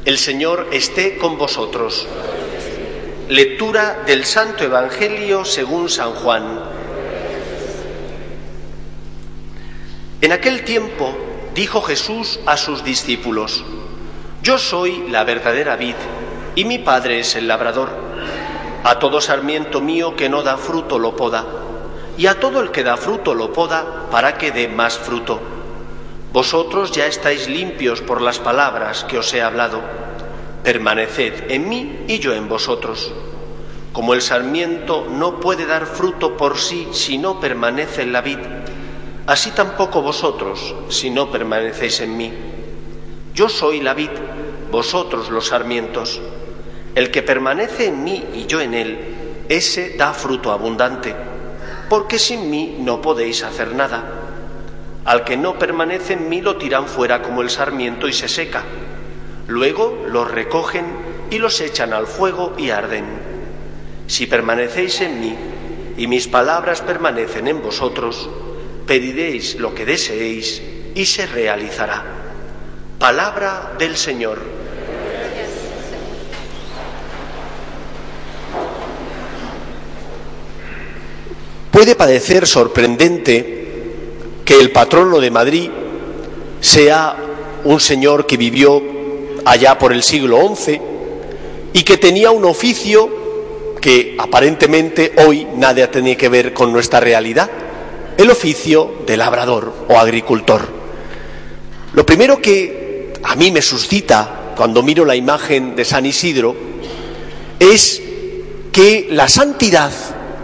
El Señor esté con vosotros. Lectura del Santo Evangelio según San Juan. En aquel tiempo dijo Jesús a sus discípulos: Yo soy la verdadera vid, y mi Padre es el labrador. A todo sarmiento mío que no da fruto lo poda, y a todo el que da fruto lo poda para que dé más fruto. Vosotros ya estáis limpios por las palabras que os he hablado. Permaneced en mí y yo en vosotros. Como el sarmiento no puede dar fruto por sí si no permanece en la vid, así tampoco vosotros si no permanecéis en mí. Yo soy la vid, vosotros los sarmientos. El que permanece en mí y yo en él, ese da fruto abundante, porque sin mí no podéis hacer nada. Al que no permanece en mí lo tiran fuera como el sarmiento y se seca. Luego los recogen y los echan al fuego y arden. Si permanecéis en mí y mis palabras permanecen en vosotros, pediréis lo que deseéis y se realizará. Palabra del Señor. Puede parecer sorprendente que el patrono de Madrid sea un señor que vivió allá por el siglo XI y que tenía un oficio que aparentemente hoy nada tiene que ver con nuestra realidad, el oficio de labrador o agricultor. Lo primero que a mí me suscita cuando miro la imagen de San Isidro es que la santidad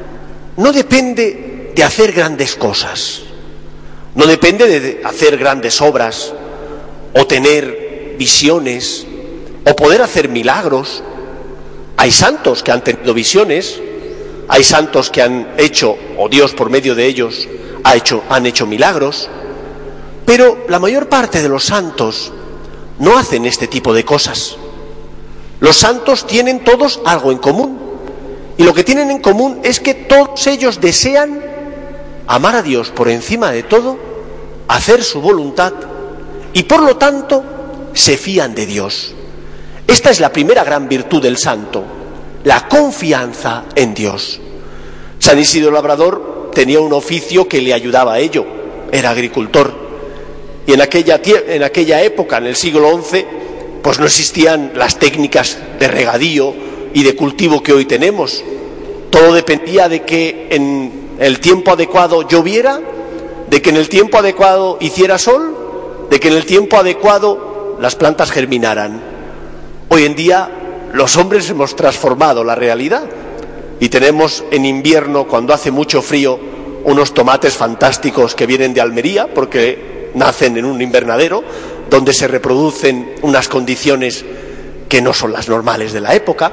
no depende de hacer grandes cosas, no depende de hacer grandes obras o tener visiones o poder hacer milagros. Hay santos que han tenido visiones, hay santos que han hecho, o Dios por medio de ellos han hecho milagros, pero la mayor parte de los santos no hacen este tipo de cosas. Los santos tienen todos algo en común, y lo que tienen en común es que todos ellos desean amar a Dios por encima de todo, hacer su voluntad y por lo tanto se fían de Dios. Esta es la primera gran virtud del santo, la confianza en Dios. San Isidro Labrador tenía un oficio que le ayudaba a ello, era agricultor. Y en aquella época, en el siglo XI, pues no existían las técnicas de regadío y de cultivo que hoy tenemos. Todo dependía de que en el tiempo adecuado lloviera, de que en el tiempo adecuado hiciera sol, de que en el tiempo adecuado las plantas germinaran. Hoy en día los hombres hemos transformado la realidad y tenemos en invierno, cuando hace mucho frío, unos tomates fantásticos que vienen de Almería porque nacen en un invernadero donde se reproducen unas condiciones que no son las normales de la época.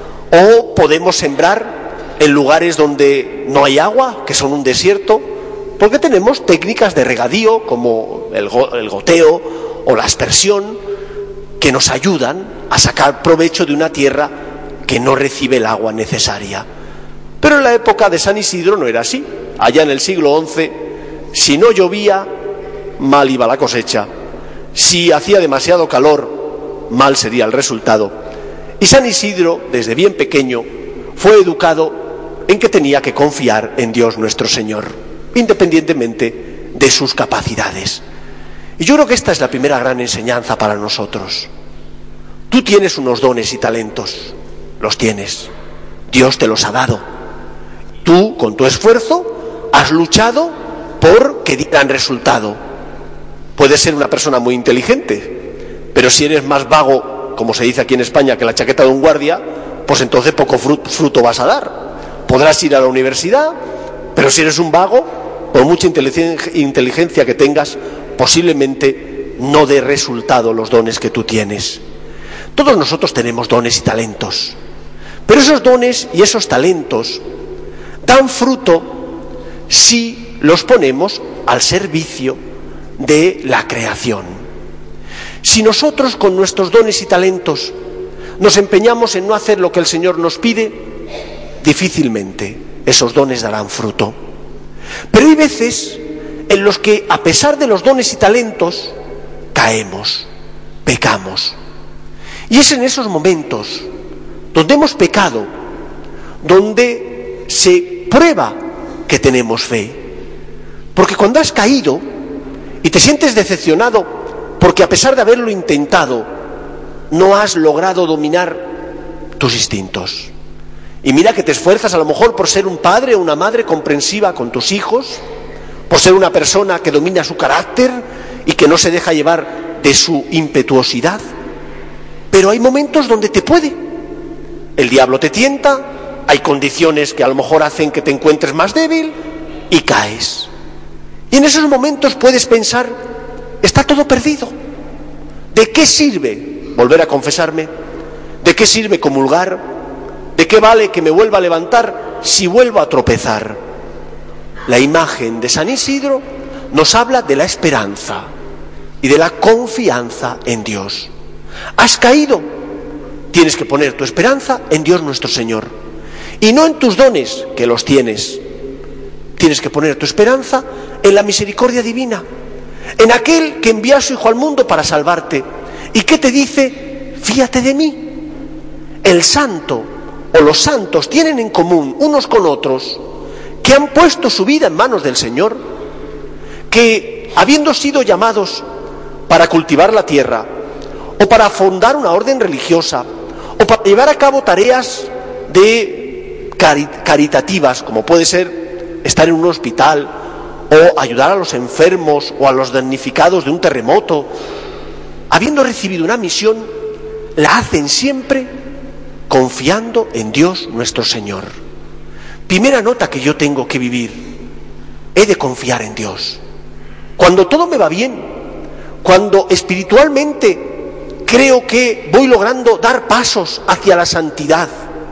O podemos sembrar en lugares donde no hay agua, que son un desierto, porque tenemos técnicas de regadío como el goteo o la aspersión que nos ayudan a sacar provecho de una tierra que no recibe el agua necesaria. Pero en la época de San Isidro no era así. Allá en el siglo XI, si no llovía, mal iba la cosecha. Si hacía demasiado calor, mal sería el resultado. Y San Isidro, desde bien pequeño, fue educado en que tenía que confiar en Dios nuestro Señor, independientemente de sus capacidades. Y yo creo que esta es la primera gran enseñanza para nosotros. Tú tienes unos dones y talentos, los tienes, Dios te los ha dado. Tú, con tu esfuerzo, has luchado por que dieran resultado. Puedes ser una persona muy inteligente, pero si eres más vago, como se dice aquí en España, que la chaqueta de un guardia, pues entonces poco fruto vas a dar. Podrás ir a la universidad, pero si eres un vago, por mucha inteligencia que tengas, posiblemente no dé resultado los dones que tú tienes. Todos nosotros tenemos dones y talentos, pero esos dones y esos talentos dan fruto si los ponemos al servicio de la creación. Si nosotros con nuestros dones y talentos nos empeñamos en no hacer lo que el Señor nos pide, difícilmente esos dones darán fruto. Pero hay veces en los que, a pesar de los dones y talentos, caemos, pecamos. Y es en esos momentos donde hemos pecado, donde se prueba que tenemos fe. Porque cuando has caído y te sientes decepcionado porque a pesar de haberlo intentado, no has logrado dominar tus instintos. Y mira que te esfuerzas a lo mejor por ser un padre o una madre comprensiva con tus hijos, por ser una persona que domina su carácter y que no se deja llevar de su impetuosidad. Pero hay momentos donde te puede. El diablo te tienta, hay condiciones que a lo mejor hacen que te encuentres más débil y caes. Y en esos momentos puedes pensar, está todo perdido. ¿De qué sirve volver a confesarme? ¿De qué sirve comulgar? ¿De qué vale que me vuelva a levantar si vuelvo a tropezar? La imagen de San Isidro nos habla de la esperanza y de la confianza en Dios. ¿Has caído? Tienes que poner tu esperanza en Dios nuestro Señor. Y no en tus dones, que los tienes. Tienes que poner tu esperanza en la misericordia divina, en aquel que envía a su Hijo al mundo para salvarte y que te dice, fíate de mí. El santo o los santos tienen en común unos con otros que han puesto su vida en manos del Señor, que habiendo sido llamados para cultivar la tierra o para fundar una orden religiosa o para llevar a cabo tareas de caritativas, como puede ser estar en un hospital o ayudar a los enfermos o a los damnificados de un terremoto, habiendo recibido una misión, la hacen siempre confiando en Dios nuestro Señor. Primera nota que yo tengo que vivir, he de confiar en Dios. Cuando todo me va bien, cuando espiritualmente creo que voy logrando dar pasos hacia la santidad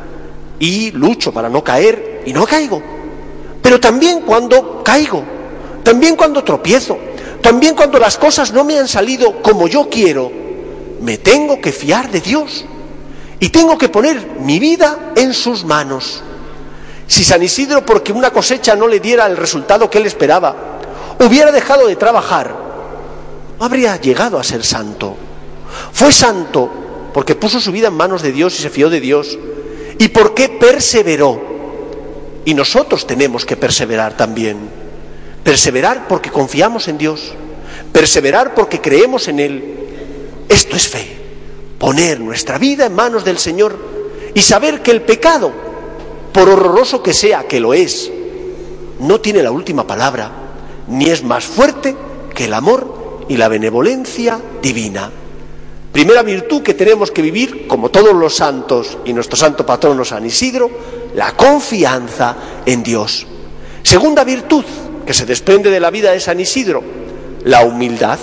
y lucho para no caer y no caigo, pero también cuando caigo, también cuando tropiezo, también cuando las cosas no me han salido como yo quiero, me tengo que fiar de Dios y tengo que poner mi vida en sus manos. Si San Isidro, porque una cosecha no le diera el resultado que él esperaba, hubiera dejado de trabajar, no habría llegado a ser santo. Fue santo porque puso su vida en manos de Dios y se fió de Dios, y porque perseveró. Y nosotros tenemos que perseverar también. Perseverar porque confiamos en Dios, perseverar porque creemos en Él. Esto es fe, poner nuestra vida en manos del Señor y saber que el pecado, por horroroso que sea, que lo es, no tiene la última palabra, ni es más fuerte que el amor y la benevolencia divina. Primera virtud que tenemos que vivir, como todos los santos y nuestro santo patrono San Isidro, la confianza en Dios. Segunda virtud que se desprende de la vida de San Isidro, la humildad.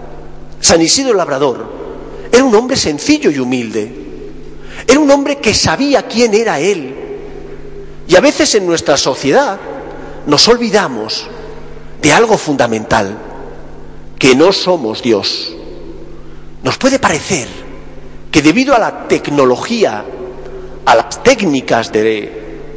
San Isidro Labrador era un hombre sencillo y humilde. Era un hombre que sabía quién era él. Y a veces en nuestra sociedad nos olvidamos de algo fundamental, que no somos Dios. Nos puede parecer que debido a la tecnología, a las técnicas de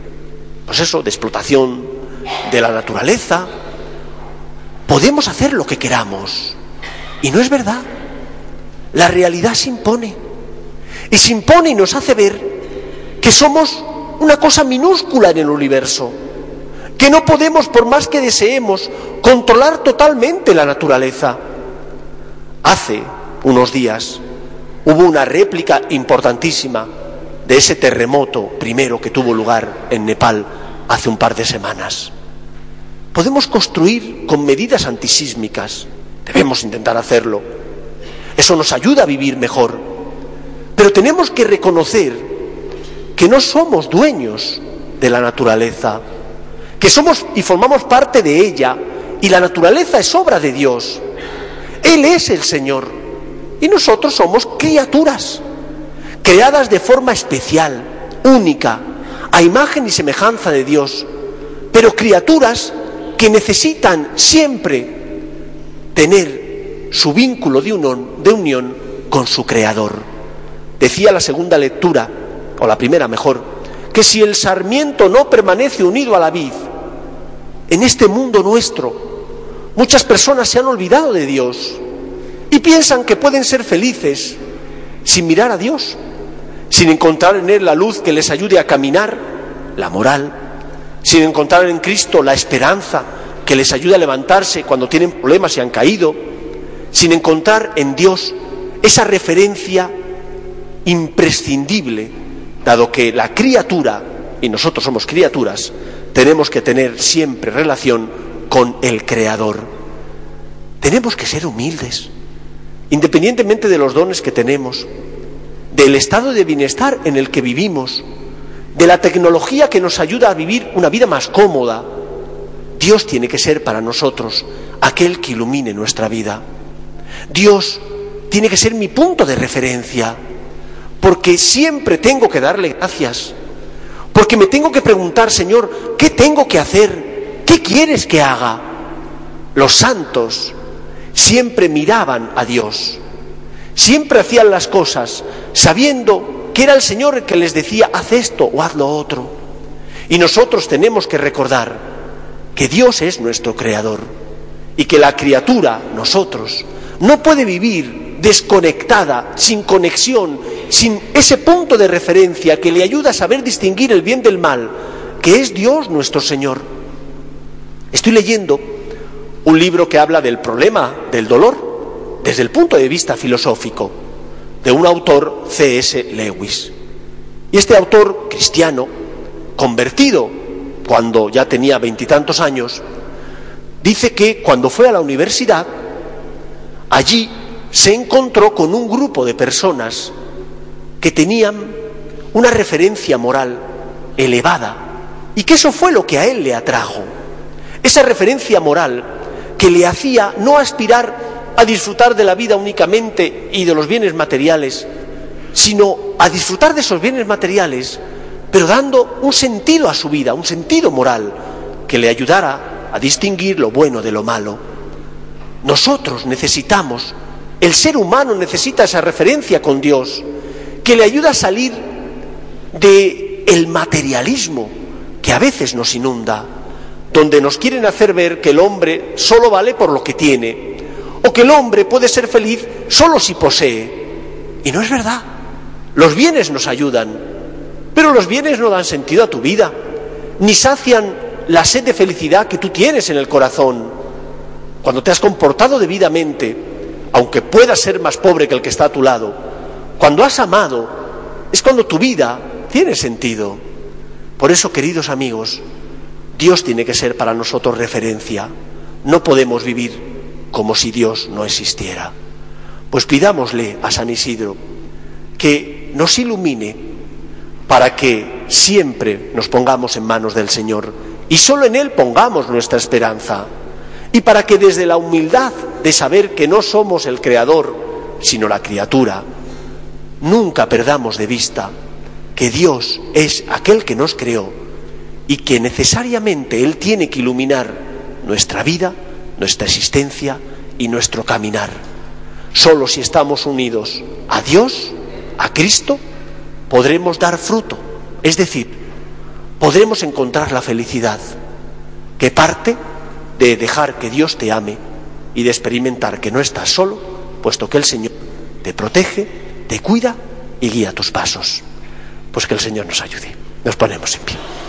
explotación de la naturaleza, podemos hacer lo que queramos. Y no es verdad. La realidad se impone. Y se impone y nos hace ver que somos una cosa minúscula en el universo, que no podemos, por más que deseemos, controlar totalmente la naturaleza. Hace unos días hubo una réplica importantísima de ese terremoto primero que tuvo lugar en Nepal hace un par de semanas. Podemos construir con medidas antisísmicas, debemos intentar hacerlo. Eso nos ayuda a vivir mejor. Pero tenemos que reconocer que no somos dueños de la naturaleza, que somos y formamos parte de ella, y la naturaleza es obra de Dios. Él es el Señor, y nosotros somos criaturas, creadas de forma especial, única, a imagen y semejanza de Dios, pero criaturas que necesitan siempre tener su vínculo de unión con su Creador. Decía la segunda lectura, o la primera mejor, que si el sarmiento no permanece unido a la vid, en este mundo nuestro, muchas personas se han olvidado de Dios y piensan que pueden ser felices sin mirar a Dios, sin encontrar en Él la luz que les ayude a caminar, la moral, sin encontrar en Cristo la esperanza que les ayude a levantarse cuando tienen problemas y han caído, sin encontrar en Dios esa referencia imprescindible, dado que la criatura, y nosotros somos criaturas, tenemos que tener siempre relación con el Creador. Tenemos que ser humildes, independientemente de los dones que tenemos, del estado de bienestar en el que vivimos, de la tecnología que nos ayuda a vivir una vida más cómoda. Dios tiene que ser para nosotros aquel que ilumine nuestra vida. Dios tiene que ser mi punto de referencia, porque siempre tengo que darle gracias, porque me tengo que preguntar, Señor, ¿qué tengo que hacer? ¿Qué quieres que haga? Los santos siempre miraban a Dios, siempre hacían las cosas sabiendo que era el Señor el que les decía, haz esto o haz lo otro. Y nosotros tenemos que recordar que Dios es nuestro Creador y que la criatura, nosotros, no puede vivir desconectada, sin conexión, sin ese punto de referencia que le ayuda a saber distinguir el bien del mal, que es Dios nuestro Señor. Estoy leyendo un libro que habla del problema del dolor desde el punto de vista filosófico, de un autor, C.S. Lewis. Y este autor cristiano, convertido cuando ya tenía 20 y tantos años, dice que cuando fue a la universidad, allí se encontró con un grupo de personas que tenían una referencia moral elevada y que eso fue lo que a él le atrajo. Esa referencia moral que le hacía no aspirar a disfrutar de la vida únicamente y de los bienes materiales, sino a disfrutar de esos bienes materiales, pero dando un sentido a su vida, un sentido moral que le ayudara a distinguir lo bueno de lo malo. Nosotros necesitamos, el ser humano necesita esa referencia con Dios, que le ayuda a salir del materialismo que a veces nos inunda, donde nos quieren hacer ver que el hombre solo vale por lo que tiene, o que el hombre puede ser feliz solo si posee. Y no es verdad. Los bienes nos ayudan, pero los bienes no dan sentido a tu vida, ni sacian la sed de felicidad que tú tienes en el corazón. Cuando te has comportado debidamente, aunque puedas ser más pobre que el que está a tu lado, cuando has amado, es cuando tu vida tiene sentido. Por eso, queridos amigos, Dios tiene que ser para nosotros referencia. No podemos vivir como si Dios no existiera. Pues pidámosle a San Isidro que nos ilumine para que siempre nos pongamos en manos del Señor y solo en Él pongamos nuestra esperanza, y para que desde la humildad de saber que no somos el Creador, sino la criatura, nunca perdamos de vista que Dios es aquel que nos creó y que necesariamente Él tiene que iluminar nuestra vida, nuestra existencia y nuestro caminar. Solo si estamos unidos a Dios, a Cristo, podremos dar fruto, es decir, podremos encontrar la felicidad que parte de dejar que Dios te ame y de experimentar que no estás solo, puesto que el Señor te protege, te cuida y guía tus pasos. Pues que el Señor nos ayude. Nos ponemos en pie.